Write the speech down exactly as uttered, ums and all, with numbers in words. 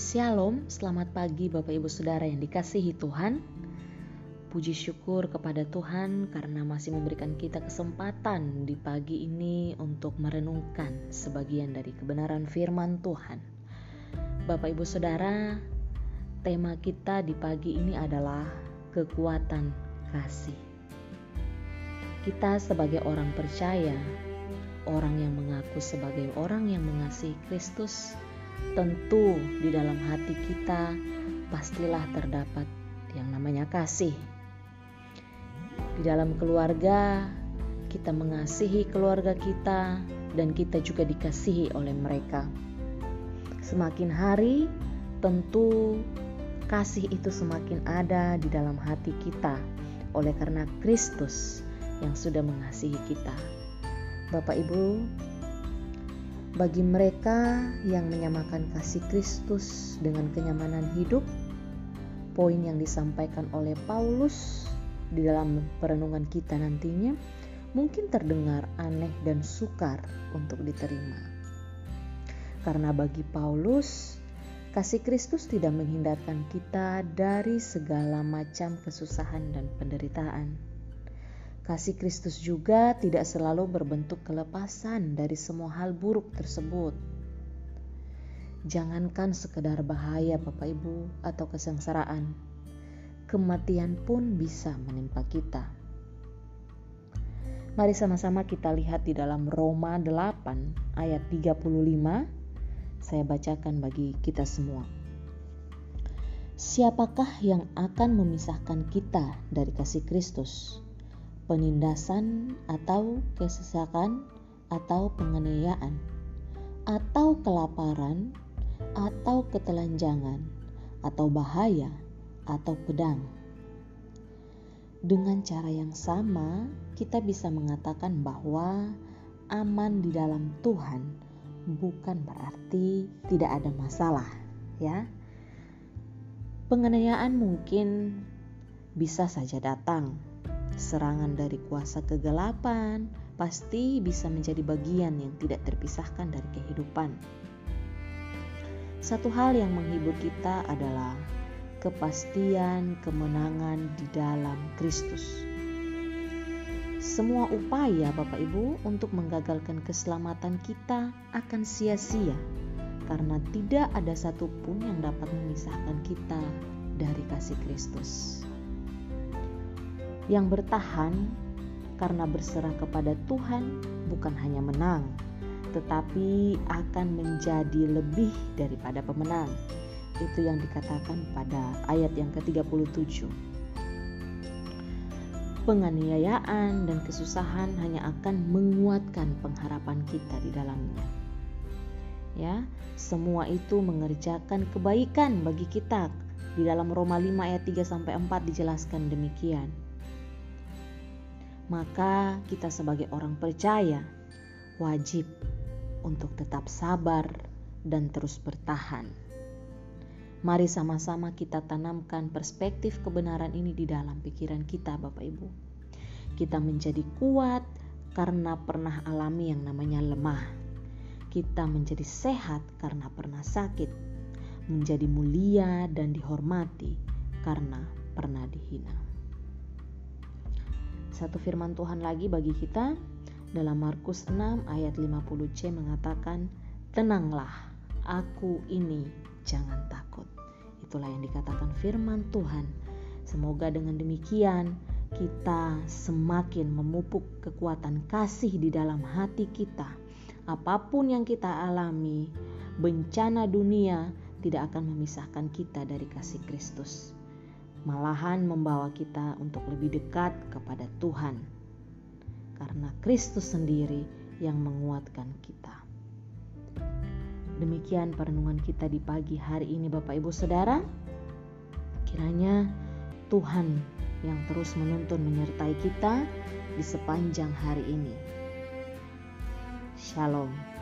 Shalom, selamat pagi Bapak Ibu Saudara yang dikasihi Tuhan. Puji syukur kepada Tuhan karena masih memberikan kita kesempatan di pagi ini untuk merenungkan sebagian dari kebenaran firman Tuhan. Bapak Ibu Saudara, tema kita di pagi ini adalah kekuatan kasih. Kita sebagai orang percaya, orang yang mengaku sebagai orang yang mengasihi Kristus, tentu di dalam hati kita pastilah terdapat yang namanya kasih. Di dalam keluarga, kita mengasihi keluarga kita dan kita juga dikasihi oleh mereka. Semakin hari, tentu kasih itu semakin ada di dalam hati kita oleh karena Kristus yang sudah mengasihi kita. Bapak Ibu, bagi mereka yang menyamakan kasih Kristus dengan kenyamanan hidup, poin yang disampaikan oleh Paulus di dalam perenungan kita nantinya mungkin terdengar aneh dan sukar untuk diterima. Karena bagi Paulus, kasih Kristus tidak menghindarkan kita dari segala macam kesusahan dan penderitaan. Kasih Kristus juga tidak selalu berbentuk kelepasan dari semua hal buruk tersebut. Jangankan sekedar bahaya Bapak Ibu atau kesengsaraan, kematian pun bisa menimpa kita. Mari sama-sama kita lihat di dalam Roma delapan ayat tiga puluh lima. Saya bacakan bagi kita semua. Siapakah yang akan memisahkan kita dari kasih Kristus? Penindasan atau kesesakan atau penganiayaan atau kelaparan atau ketelanjangan atau bahaya atau pedang. Dengan cara yang sama, kita bisa mengatakan bahwa aman di dalam Tuhan bukan berarti tidak ada masalah, ya. Penganiayaan mungkin bisa saja datang. Serangan dari kuasa kegelapan pasti bisa menjadi bagian yang tidak terpisahkan dari kehidupan. Satu hal yang menghibur kita adalah kepastian kemenangan di dalam Kristus. Semua upaya Bapak Ibu untuk menggagalkan keselamatan kita akan sia-sia karena tidak ada satupun yang dapat memisahkan kita dari kasih Kristus. Yang bertahan karena berserah kepada Tuhan bukan hanya menang, tetapi akan menjadi lebih daripada pemenang. Itu yang dikatakan pada ayat yang ke tiga puluh tujuh. Penganiayaan dan kesusahan hanya akan menguatkan pengharapan kita di dalamnya. Ya, semua itu mengerjakan kebaikan bagi kita. Di dalam Roma lima ayat tiga sampai empat dijelaskan demikian. Maka kita sebagai orang percaya wajib untuk tetap sabar dan terus bertahan. Mari sama-sama kita tanamkan perspektif kebenaran ini di dalam pikiran kita Bapak Ibu. Kita menjadi kuat karena pernah alami yang namanya lemah. Kita menjadi sehat karena pernah sakit. Menjadi mulia dan dihormati karena pernah dihina. Satu firman Tuhan lagi bagi kita dalam Markus enam ayat lima puluh c mengatakan, tenanglah, aku ini, jangan takut. Itulah yang dikatakan firman Tuhan. Semoga dengan demikian kita semakin memupuk kekuatan kasih di dalam hati kita. Apapun yang kita alami, bencana dunia tidak akan memisahkan kita dari kasih Kristus. Malahan membawa kita untuk lebih dekat kepada Tuhan. Karena Kristus sendiri yang menguatkan kita. Demikian perenungan kita di pagi hari ini Bapak Ibu Saudara. Kiranya Tuhan yang terus menuntun menyertai kita di sepanjang hari ini. Shalom.